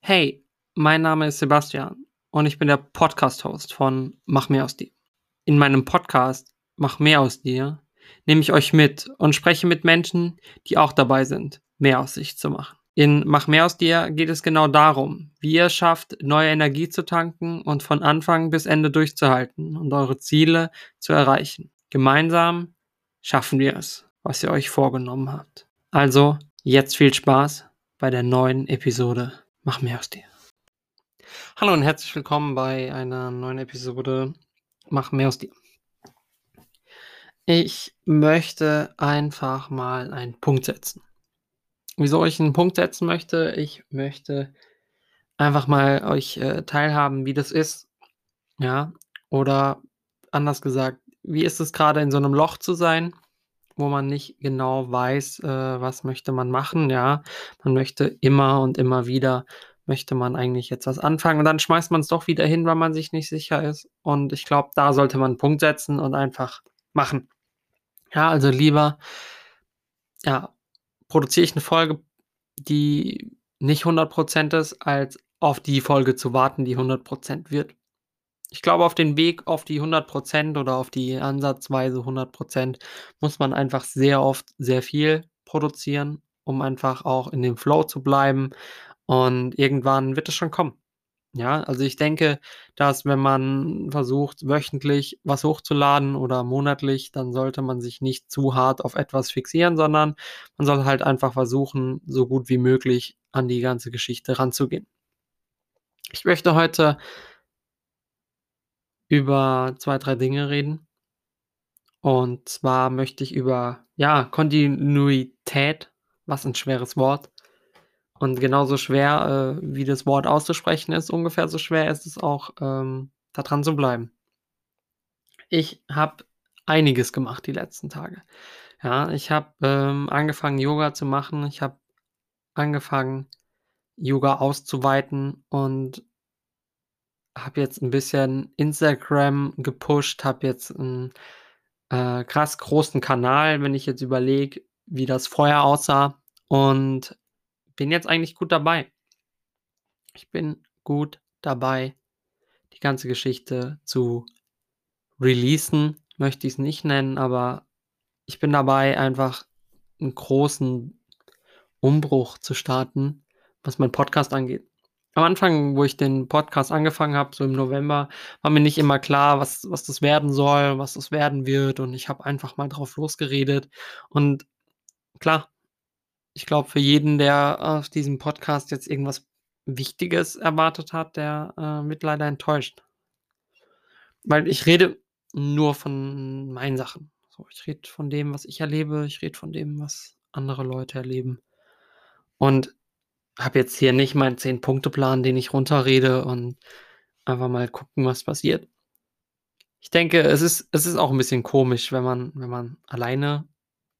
Hey, mein Name ist Sebastian und ich bin der Podcast-Host von Mach mehr aus dir. In meinem Podcast Mach mehr aus dir nehme ich euch mit und spreche mit Menschen, die auch dabei sind, mehr aus sich zu machen. In Mach mehr aus dir geht es genau darum, wie ihr es schafft, neue Energie zu tanken und von Anfang bis Ende durchzuhalten und eure Ziele zu erreichen. Gemeinsam schaffen wir es, was ihr euch vorgenommen habt. Also, jetzt viel Spaß bei der neuen Episode Mach mehr aus dir. Hallo und herzlich willkommen bei einer neuen Episode Mach mehr aus dir. Ich möchte einfach mal einen Punkt setzen. Wieso ich einen Punkt setzen möchte? Ich möchte einfach mal euch teilhaben, wie das ist, ja, oder anders gesagt, wie ist es gerade in so einem Loch zu sein, wo man nicht genau weiß, was möchte man machen, ja. Man möchte immer und immer wieder möchte man eigentlich jetzt was anfangen und dann schmeißt man es doch wieder hin, weil man sich nicht sicher ist. Und ich glaube, da sollte man 'n Punkt setzen und einfach machen. Ja, also lieber, ja, produziere ich eine Folge, die nicht 100% ist, als auf die Folge zu warten, die 100% wird. Ich glaube, auf den Weg auf die 100% oder auf die ansatzweise 100% muss man einfach sehr oft sehr viel produzieren, um einfach auch in dem Flow zu bleiben und irgendwann wird es schon kommen. Ja, also ich denke, dass wenn man versucht, wöchentlich was hochzuladen oder monatlich, dann sollte man sich nicht zu hart auf etwas fixieren, sondern man soll halt einfach versuchen, so gut wie möglich an die ganze Geschichte ranzugehen. Ich möchte heute über 2 3 Dinge reden. Und zwar möchte ich über, ja, Kontinuität, was ein schweres Wort und genauso schwer, wie das Wort auszusprechen ist, ungefähr so schwer ist es auch, da dran zu bleiben. Ich habe einiges gemacht die letzten Tage. Ja, ich habe, angefangen, Yoga zu machen. Ich habe angefangen, Yoga auszuweiten und habe jetzt ein bisschen Instagram gepusht, habe jetzt 'n, krass großen Kanal, wenn ich jetzt überlege, wie das vorher aussah und bin jetzt eigentlich gut dabei. Ich bin gut dabei, die ganze Geschichte zu releasen, möchte ich's nicht nennen, aber ich bin dabei, einfach 'n großen Umbruch zu starten, was meinen Podcast angeht. Am Anfang, wo ich den Podcast angefangen habe, so im November, war mir nicht immer klar, was das werden soll, was das werden wird und ich habe einfach mal drauf losgeredet. Und klar, ich glaube, für jeden, der auf diesem Podcast jetzt irgendwas Wichtiges erwartet hat, der, wird leider enttäuscht. Weil ich rede nur von meinen Sachen. So, ich rede von dem, was ich erlebe, ich rede von dem, was andere Leute erleben. Und habe jetzt hier nicht meinen 10-Punkte-Plan, den ich runterrede und einfach mal gucken, was passiert. Ich denke, es ist auch 'n bisschen komisch, wenn man alleine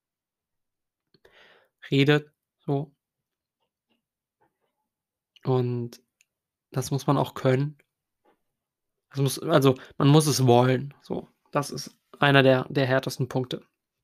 redet, so, und das muss man auch können. Man muss es wollen, so. Das ist einer der härtesten Punkte.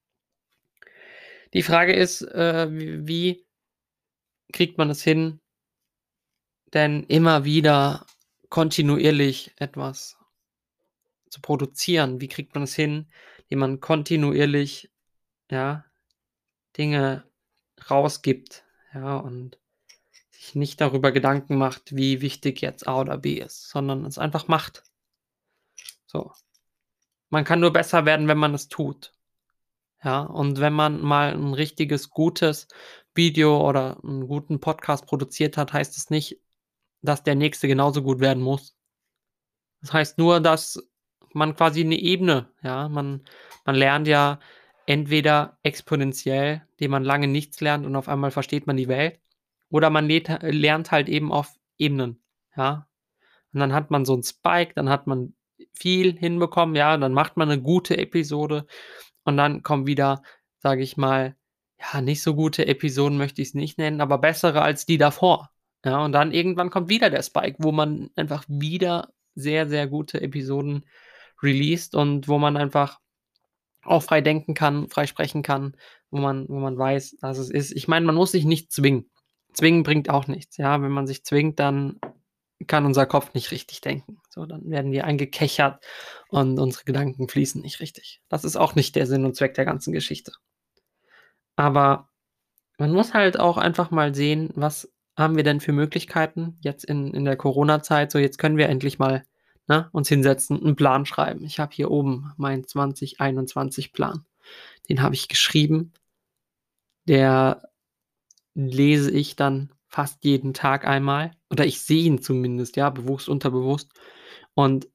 Die Frage ist, wie kriegt man es hin, denn immer wieder kontinuierlich etwas zu produzieren? Wie kriegt man es hin, indem man kontinuierlich, ja, Dinge rausgibt, ja, und sich nicht darüber Gedanken macht, wie wichtig jetzt A oder B ist, sondern es einfach macht. So. Man kann nur besser werden, wenn man es tut, ja? Und wenn man mal 'n richtiges, gutes Video oder 'n guten Podcast produziert hat, heißt es nicht, dass der nächste genauso gut werden muss. Das heißt nur, dass man quasi 'ne Ebene, ja, man lernt ja entweder exponentiell, indem man lange nichts lernt und auf einmal versteht man die Welt, oder man lernt halt eben auf Ebenen, ja? Und dann hat man so 'n Spike, dann hat man viel hinbekommen, ja, dann macht man 'ne gute Episode und dann kommen wieder, sage ich mal, ja, nicht so gute Episoden möchte ich's nicht nennen, aber bessere als die davor. Ja, und dann irgendwann kommt wieder der Spike, wo man einfach wieder sehr, sehr gute Episoden released und wo man einfach auch frei denken kann, frei sprechen kann, wo man weiß, dass es ist. Ich meine, man muss sich nicht zwingen. Zwingen bringt auch nichts, ja? Wenn man sich zwingt, dann kann unser Kopf nicht richtig denken. So, dann werden wir eingekechert und unsere Gedanken fließen nicht richtig. Das ist auch nicht der Sinn und Zweck der ganzen Geschichte. Aber man muss halt auch einfach mal sehen, was haben wir denn für Möglichkeiten jetzt in der Corona-Zeit. So, jetzt können wir endlich mal, ne, uns hinsetzen, 'n Plan schreiben. Ich habe hier oben meinen 2021-Plan. Den habe ich geschrieben. Der lese ich dann fast jeden Tag einmal oder ich sehe ihn zumindest, ja, bewusst, unterbewusst. Und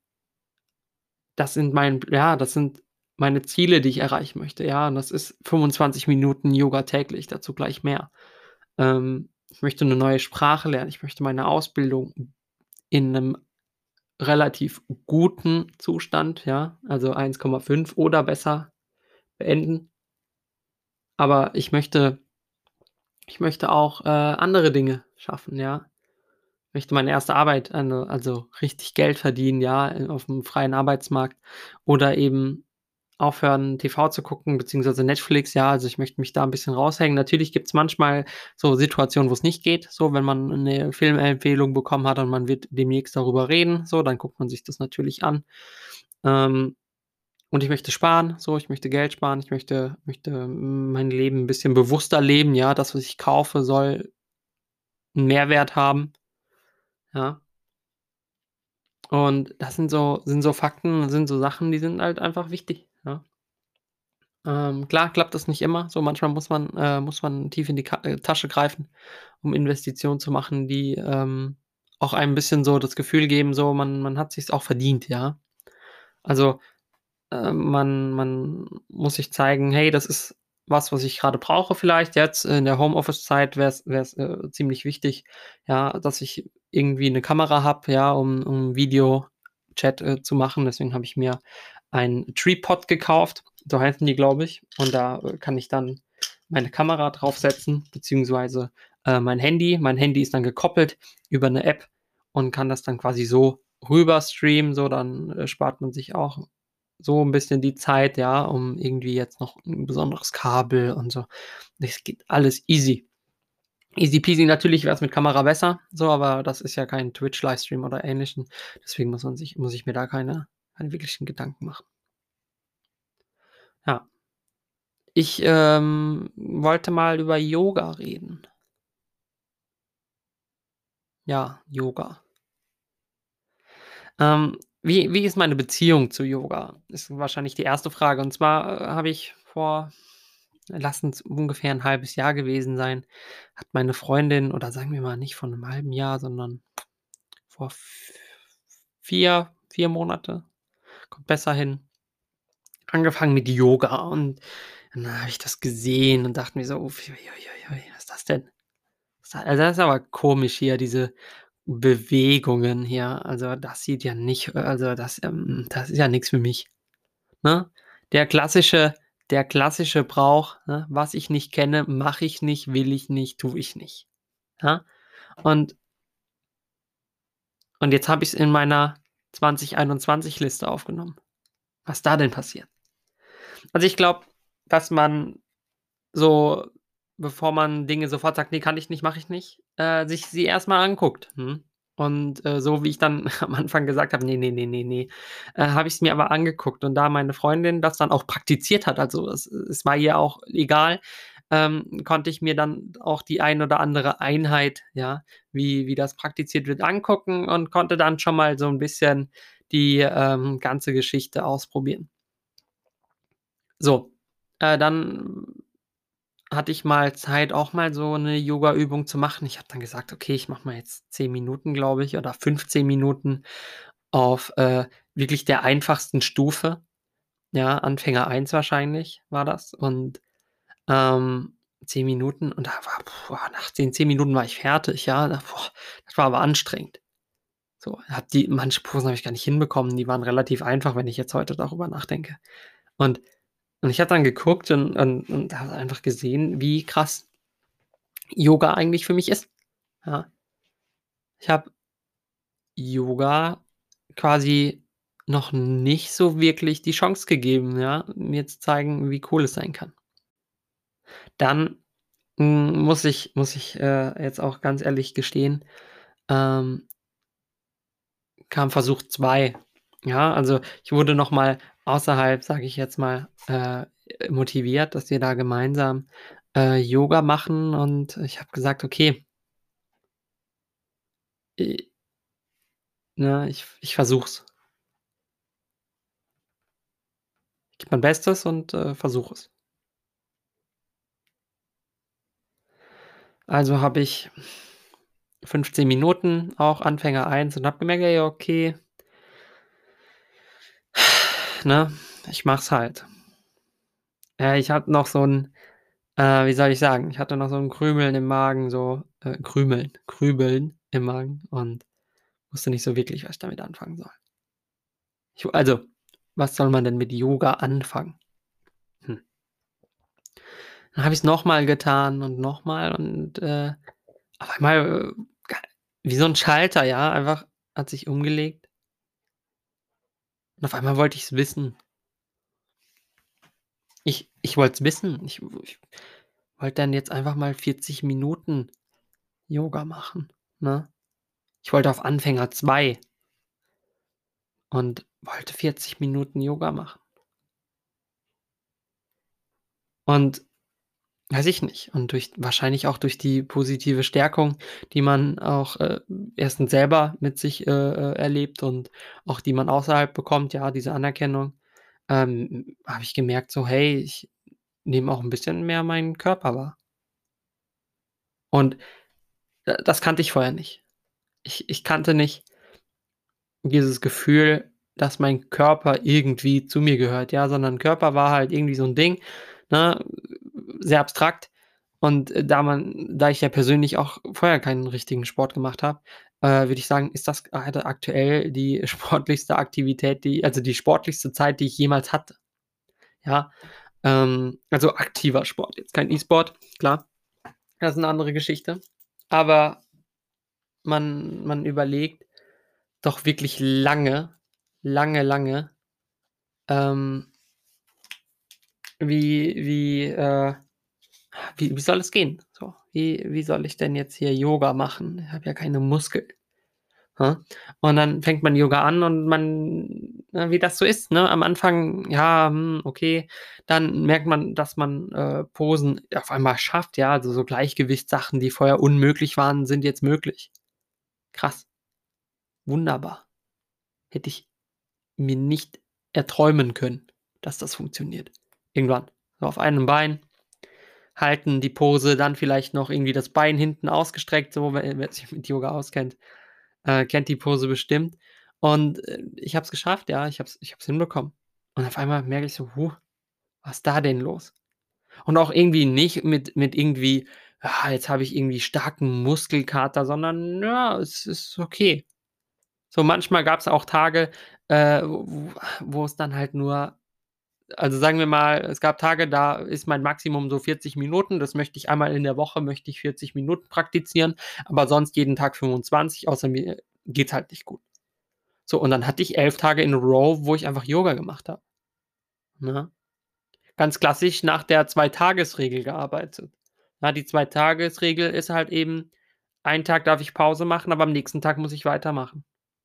das sind meine Ziele, die ich erreichen möchte, ja. Und das ist 25 Minuten Yoga täglich, dazu gleich mehr. Ich möchte 'ne neue Sprache lernen. Ich möchte meine Ausbildung in 'nem relativ guten Zustand, ja, also 1,5 oder besser beenden. Aber ich möchte auch, andere Dinge schaffen, ja. Möchte meine erste Arbeit, also richtig Geld verdienen, ja, auf'm freien Arbeitsmarkt oder eben aufhören, TV zu gucken, beziehungsweise Netflix, ja. Also, ich möchte mich da 'n bisschen raushängen. Natürlich gibt's manchmal so Situationen, wo's nicht geht, so wenn man 'ne Filmempfehlung bekommen hat und man wird demnächst darüber reden, so, dann guckt man sich das natürlich an. Ähm, und ich möchte sparen, so, ich möchte Geld sparen, ich möchte mein Leben 'n bisschen bewusster leben, ja. Das, was ich kaufe, soll 'n Mehrwert haben, ja. Und das sind so Fakten, sind so Sachen, die sind halt einfach wichtig, ja. Klar klappt das nicht immer. So manchmal muss man tief in die Tasche greifen, um Investitionen zu machen, die, auch einem 'n bisschen so das Gefühl geben, so man hat sich's auch verdient, ja. Also, man muss sich zeigen: „Hey, das ist was ich grade brauche vielleicht jetzt. In der Homeoffice-Zeit wär's ziemlich wichtig, ja, dass ich irgendwie 'ne Kamera habe, ja, um Videochat, zu machen.“ Deswegen habe ich mir einen Tripod gekauft, so heißen die, glaube ich. Und da, kann ich dann meine Kamera draufsetzen, beziehungsweise, mein Handy. Mein Handy ist dann gekoppelt über 'ne App und kann das dann quasi so rüber streamen, so dann, spart man sich auch so 'n bisschen die Zeit, ja, um irgendwie jetzt noch 'n besonderes Kabel und so. Das geht alles easy. Easy peasy. Natürlich wär's mit Kamera besser, so, aber das ist ja kein Twitch-Livestream oder Ähnlichem. Deswegen muss ich mir da keine wirklichen Gedanken machen. Ja. Ich, wollte mal über Yoga reden. Ja, Yoga. Wie ist meine Beziehung zu Yoga? Ist wahrscheinlich die erste Frage. Und zwar, habe ich vor lassen's ungefähr 'n halbes Jahr gewesen sein, hat meine Freundin oder sagen wir mal nicht vor 'nem halben Jahr, sondern vor 4 Monate, kommt besser hin, angefangen mit Yoga. Und dann habe ich das gesehen und dachte mir so: „Ui, ui, ui, ui, was ist das denn?“ Das ist aber komisch hier, diese Bewegungen hier. Also, das sieht ja nicht also, das ist ja nix für mich, ne? Der klassische der klassische Brauch, ne? Was ich nicht kenne, mache ich nicht, will ich nicht, tue ich nicht, ja? Und jetzt habe ich's in meiner 2021 Liste aufgenommen. Was da denn passiert? Also, ich glaube, dass man so, bevor man Dinge sofort sagt: „Ne, kann ich nicht, mache ich nicht“, sich sie erst mal anguckt, mhm. Und, so wie ich dann am Anfang gesagt habe: „Ne, ne, ne, ne, ne“, habe ich's mir aber angeguckt. Und da meine Freundin das dann auch praktiziert hat, also es war ihr auch egal, konnte ich mir dann auch die ein oder andere Einheit, ja, wie das praktiziert wird, angucken und konnte dann schon mal so 'n bisschen die, ganze Geschichte ausprobieren. So, dann hatte ich mal Zeit, auch mal so 'ne Yogaübung zu machen. Ich habe dann gesagt: „Okay, ich mache mal jetzt 10 Minuten“, glaube ich, oder 15 Minuten auf, wirklich der einfachsten Stufe. Ja, Anfänger 1 wahrscheinlich war das. Und, 10 Minuten und da war nach den 10 Minuten war ich fertig, ja. Das war aber anstrengend. So, habe die manche Posen habe ich gar nicht hinbekommen, die waren relativ einfach, wenn ich jetzt heute darüber nachdenke. Und ich habe dann geguckt und habe einfach gesehen, wie krass Yoga eigentlich für mich ist, ja. Ich habe Yoga quasi noch nicht so wirklich die Chance gegeben, ja, mir zu zeigen, wie cool es sein kann. Dann muss ich jetzt auch ganz ehrlich gestehen, ähm, kam Versuch 2. Ja, also, ich wurde noch mal außerhalb, sage ich jetzt mal, motiviert, dass wir da gemeinsam, Yoga machen und ich habe gesagt: „Okay, i ne, ich versuche es. Ich gebe mein Bestes und, versuche es.“ Also, habe ich 15 Minuten auch Anfänger eins und habe gemerkt: „Ey, okay, ne, ich mache es halt.“ Ich hatte noch so 'n wie soll ich sagen, ich hatte noch so 'n Krümeln im Magen, so Grübeln im Magen und wusste nicht so wirklich, was ich damit anfangen soll. Also, was soll man denn mit Yoga anfangen? Hm. Dann habe ich's noch mal getan und noch mal und, auf einmal, ga wie so 'n Schalter, ja, einfach hat sich umgelegt und auf einmal wollte ich's wissen. Ich wollte es wissen. Ich wollte dann jetzt einfach mal 40 Minuten Yoga machen, ne? Ich wollte auf Anfänger 2 und wollte 40 Minuten Yoga machen. Und weiß ich nicht. Und durch wahrscheinlich auch durch die positive Stärkung, die man auch, 1. selber mit sich, erlebt und auch die man außerhalb bekommt, ja, diese Anerkennung, habe ich gemerkt so: „Hey, ich nehme auch 'n bisschen mehr meinen Körper wahr.“ Und, das kannte ich vorher nicht. Ich kannte nicht dieses Gefühl, dass mein Körper irgendwie zu mir gehört, ja, sondern Körper war halt irgendwie so 'n Ding, ne, sehr abstrakt. Und, da ich ja persönlich auch vorher keinen richtigen Sport gemacht habe, würde ich sagen, ist das grade aktuell die sportlichste Aktivität, die sportlichste Zeit, die ich jemals hatte, ja? Also aktiver Sport, jetzt kein E-Sport, klar, das ist 'ne andere Geschichte. Aber man überlegt doch wirklich lange, lange, lange, ähm, wie wie, wie soll es gehen? So, wie soll ich denn jetzt hier Yoga machen? Ich habe ja keine Muskeln, ne? Und dann fängt man Yoga an und wie das so ist, ne? Am Anfang, ja, okay. Dann merkt man, dass man, Posen auf einmal schafft, ja. Also, so Gleichgewichtssachen, die vorher unmöglich waren, sind jetzt möglich. Krass, wunderbar. Hätte ich mir nicht erträumen können, dass das funktioniert. Irgendwann. So auf einem Bein halten, die Pose, dann vielleicht noch irgendwie das Bein hinten ausgestreckt, so, wer sich mit Yoga auskennt, kennt die Pose bestimmt. Und, ich habe es geschafft, ja, ich habe es hinbekommen. Und auf einmal merke ich so: was ist da denn los?“ Und auch irgendwie nicht mit irgendwie: jetzt habe ich irgendwie starken Muskelkater“, sondern ja, es ist okay. So manchmal gab's auch Tage, wo es dann halt nur, also, sagen wir mal, es gab Tage, da ist mein Maximum so 40 Minuten. Das möchte ich einmal in der Woche möchte ich 40 Minuten praktizieren, aber sonst jeden Tag 25, außer mir geht's halt nicht gut. So, und dann hatte ich 11 Tage in a row, wo ich einfach Yoga gemacht habe, ne? Ganz klassisch nach der Zwei-Tages-Regel gearbeitet. Ja, die Zwei-Tages-Regel ist halt eben, einen Tag darf ich Pause machen, aber am nächsten Tag muss ich weitermachen.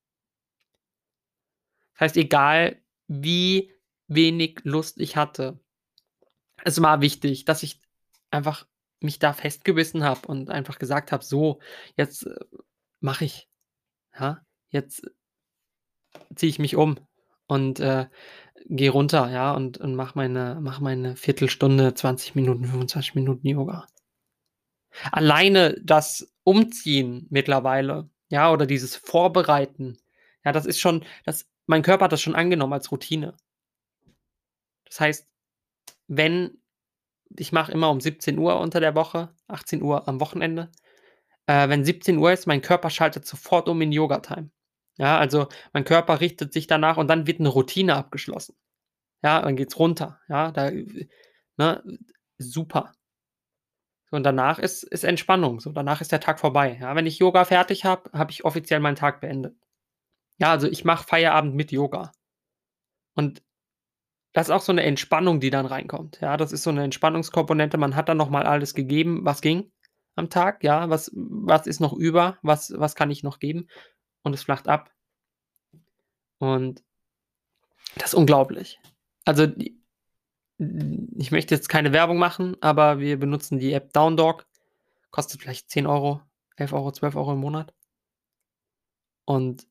Das heißt, egal wie wenig Lust ich hatte, es war wichtig, dass ich einfach mich da festgebissen habe und einfach gesagt habe: „So, jetzt, mache ich, ja? Jetzt ziehe ich mich um und, gehe runter, ja, und mache meine Viertelstunde, 20 Minuten, 25 Minuten Yoga.“ Alleine das Umziehen mittlerweile, ja, oder dieses Vorbereiten, ja, das ist schon das mein Körper hat das schon angenommen als Routine. Das heißt, wenn ich mache immer um 17 Uhr unter der Woche, 18 Uhr am Wochenende. Wenn 17 Uhr ist, mein Körper schaltet sofort um in Yoga-Time. Ja, also, mein Körper richtet sich danach und dann wird 'ne Routine abgeschlossen. Ja, dann geht's runter, ja, ne, super. So, und danach ist Entspannung. So, danach ist der Tag vorbei, ja? Wenn ich Yoga fertig habe, habe ich offiziell meinen Tag beendet. Ja, also, ich mache Feierabend mit Yoga und Das ist auch so 'ne Entspannung, die dann reinkommt. Ja, das ist so 'ne Entspannungskomponente. Man hat dann noch mal alles gegeben, was ging am Tag, ja? Was ist noch über? Was kann ich noch geben? Und es flacht ab. Und das ist unglaublich. Also, ich möchte jetzt keine Werbung machen, aber wir benutzen die App Down Dog. Kostet vielleicht 10 €, 11 €, 12 € im Monat. Und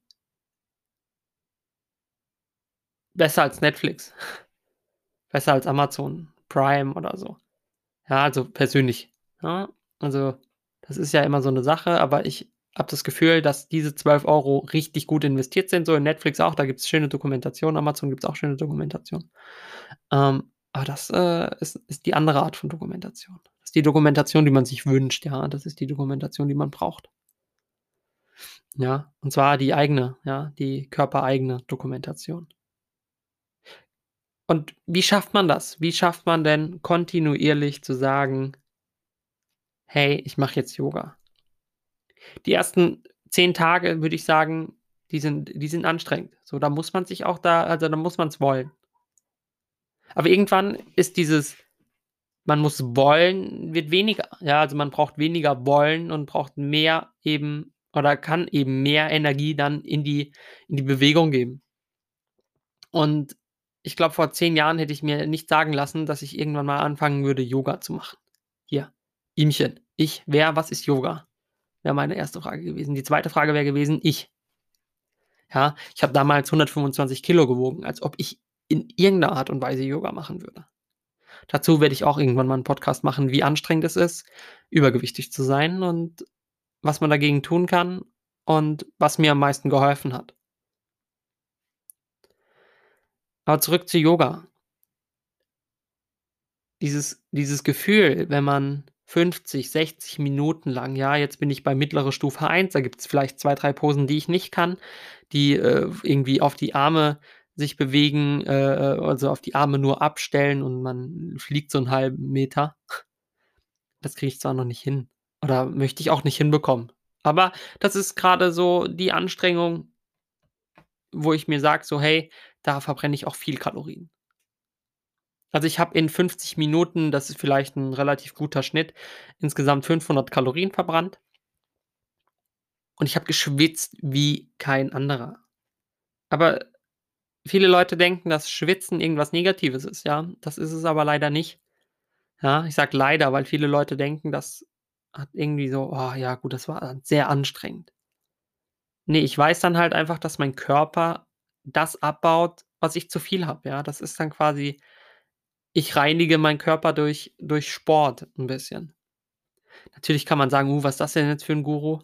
besser als Netflix, besser als Amazon Prime oder so. Ja, also persönlich, ne? Also, das ist ja immer so 'ne Sache, aber ich habe das Gefühl, dass diese 12 € richtig gut investiert sind, so in Netflix auch, da gibt's schöne Dokumentation, Amazon gibt's auch schöne Dokumentation. Aber das, ist die andere Art von Dokumentation. Das ist die Dokumentation, die man sich wünscht, ja. Das ist die Dokumentation, die man braucht. Ja, und zwar die eigene, ja, die körpereigene Dokumentation. Und wie schafft man das? Wie schafft man denn kontinuierlich zu sagen: „Hey, ich mache jetzt Yoga?“ Die ersten 10 Tage würde ich sagen, die sind anstrengend. So, da muss man sich auch da muss man's wollen. Aber irgendwann ist dieses man muss wollen wird weniger. Ja, also man braucht weniger wollen und braucht mehr eben oder kann eben mehr Energie dann in die Bewegung geben. Und ich glaube, vor 10 Jahren hätte ich mir nicht sagen lassen, dass ich irgendwann mal anfangen würde, Yoga zu machen. Hier, Ihmchen, was ist Yoga? Wäre meine erste Frage gewesen. Die zweite Frage wäre gewesen, ich. Ja, ich habe damals 125 Kilo gewogen, als ob ich in irgendeiner Art und Weise Yoga machen würde. Dazu werde ich auch irgendwann mal 'n Podcast machen, wie anstrengend es ist, übergewichtig zu sein und was man dagegen tun kann und was mir am meisten geholfen hat. Aber zurück zu Yoga. Dieses Gefühl, wenn man 50, 60 Minuten lang ja, jetzt bin ich bei mittlere Stufe 1, da gibt's vielleicht 2, 3 Posen, die ich nicht kann, die, irgendwie auf die Arme sich bewegen, also auf die Arme nur abstellen und man fliegt so 'n halben Meter. Das kriege ich zwar noch nicht hin oder möchte ich auch nicht hinbekommen. Aber das ist grade so die Anstrengung, wo ich mir sage so: „Hey, da verbrenne ich auch viel Kalorien.“ Also, ich habe in 50 Minuten, das ist vielleicht 'n relativ guter Schnitt, insgesamt 500 Kalorien verbrannt und ich habe geschwitzt wie kein anderer. Aber viele Leute denken, dass Schwitzen irgendwas Negatives ist, ja? Das ist es aber leider nicht. Ja, ich sage leider, weil viele Leute denken, das hat irgendwie so: „Oh ja, gut, das war sehr anstrengend.“ Ne, ich weiß dann halt einfach, dass mein Körper das abbaut, was ich zu viel habe, ja? Das ist dann quasi ich reinige meinen Körper durch Sport 'n bisschen. Natürlich kann man sagen: was ist das denn jetzt für 'n Guru?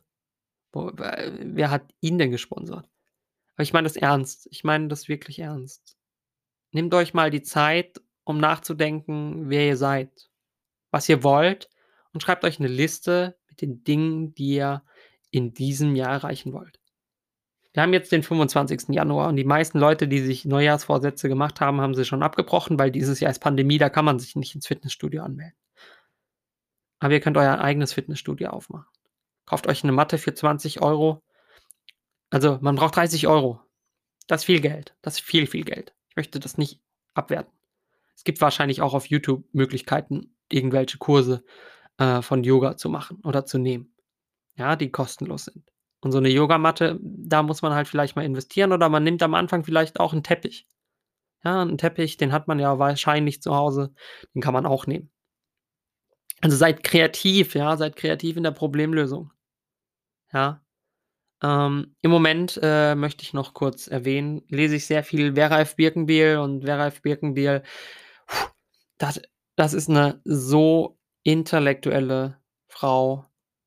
Wer hat ihn denn gesponsert?“ Aber ich meine das ernst. Ich meine das wirklich ernst. Nehmt euch mal die Zeit, um nachzudenken, wer ihr seid, was ihr wollt und schreibt euch 'ne Liste mit den Dingen, die ihr in diesem Jahr erreichen wollt. Wir haben jetzt den 25. Januar und die meisten Leute, die sich Neujahrsvorsätze gemacht haben, haben sie schon abgebrochen, weil dieses Jahr ist Pandemie, da kann man sich nicht ins Fitnessstudio anmelden. Aber ihr könnt euer eigenes Fitnessstudio aufmachen. Kauft euch 'ne Matte für 20 €. Also, man braucht 30 €. Das ist viel Geld. Das ist viel, viel Geld. Ich möchte das nicht abwerten. Es gibt wahrscheinlich auch auf YouTube Möglichkeiten, irgendwelche Kurse, von Yoga zu machen oder zu nehmen, ja, die kostenlos sind. Und so 'ne Yogamatte, da muss man halt vielleicht mal investieren oder man nimmt am Anfang vielleicht auch 'n Teppich. Ja, 'n Teppich, den hat man ja wahrscheinlich zu Hause, den kann man auch nehmen. Also, seid kreativ, ja, seid kreativ in der Problemlösung, ja? Im Moment, möchte ich noch kurz erwähnen, lese ich sehr viel Vera F. Birkenbiel und Vera F. Birkenbiel, das das ist 'ne so intellektuelle Frau.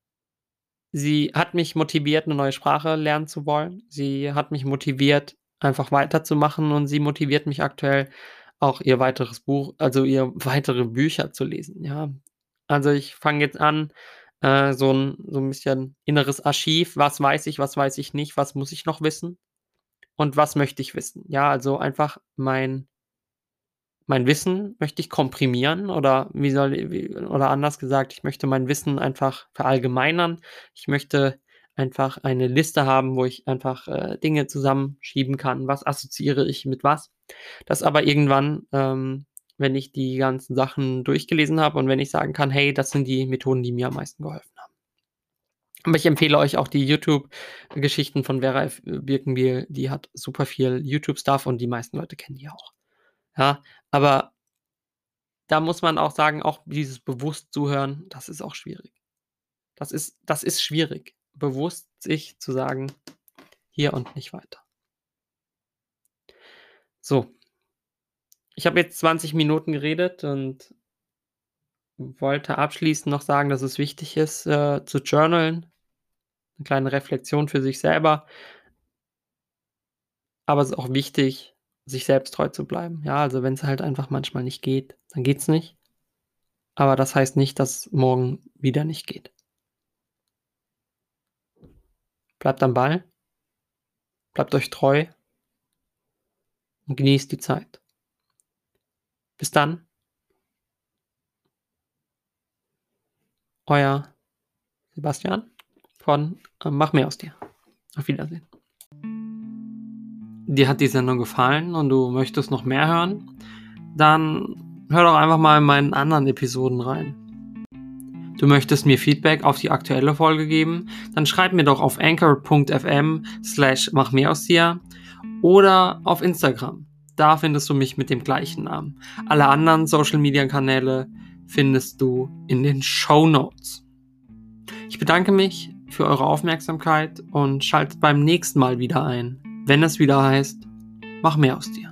Sie hat mich motiviert, 'ne neue Sprache lernen zu wollen. Sie hat mich motiviert, einfach weiterzumachen und sie motiviert mich aktuell auch ihr weitere Bücher zu lesen, ja. Also, ich fange jetzt an, so 'n bisschen inneres Archiv. Was weiß ich, was weiß ich nicht, was muss ich noch wissen und was möchte ich wissen? Ja, also einfach mein Wissen möchte ich komprimieren oder anders gesagt, ich möchte mein Wissen einfach verallgemeinern. Ich möchte einfach eine Liste haben, wo ich einfach, Dinge zusammenschieben kann. Was assoziiere ich mit was? Das aber irgendwann, wenn ich die ganzen Sachen durchgelesen habe und wenn ich sagen kann: „Hey, das sind die Methoden, die mir am meisten geholfen haben.“ Aber ich empfehle euch auch die YouTube-Geschichten von Vera F. Birkenbiel. Die hat super viel YouTube-Stuff und die meisten Leute kennen die auch. Ja, aber da muss man auch sagen, auch dieses bewusst Zuhören, das ist auch schwierig. Das ist schwierig, bewusst sich zu sagen: „Hier und nicht weiter.“ So, ich habe jetzt 20 Minuten geredet und wollte abschließend noch sagen, dass es wichtig ist, zu journalen, 'ne kleine Reflexion für sich selber, aber es ist auch wichtig, sich selbst treu zu bleiben. Ja, also wenn's halt einfach manchmal nicht geht, dann geht's nicht, aber das heißt nicht, dass morgen wieder nicht geht. Bleibt am Ball, bleibt euch treu und genießt die Zeit. Bis dann, euer Sebastian von, Mach mehr aus dir. Auf Wiedersehen. Dir hat die Sendung gefallen und du möchtest noch mehr hören? Dann hör doch einfach mal in meinen anderen Episoden rein. Du möchtest mir Feedback auf die aktuelle Folge geben? Dann schreib mir doch auf anchor.fm/machmehrausdir oder auf Instagram. Da findest du mich mit dem gleichen Namen. Alle anderen Social-Media-Kanäle findest du in den Shownotes. Ich bedanke mich für eure Aufmerksamkeit und schaltet beim nächsten Mal wieder ein, wenn es wieder heißt, mach mehr aus dir.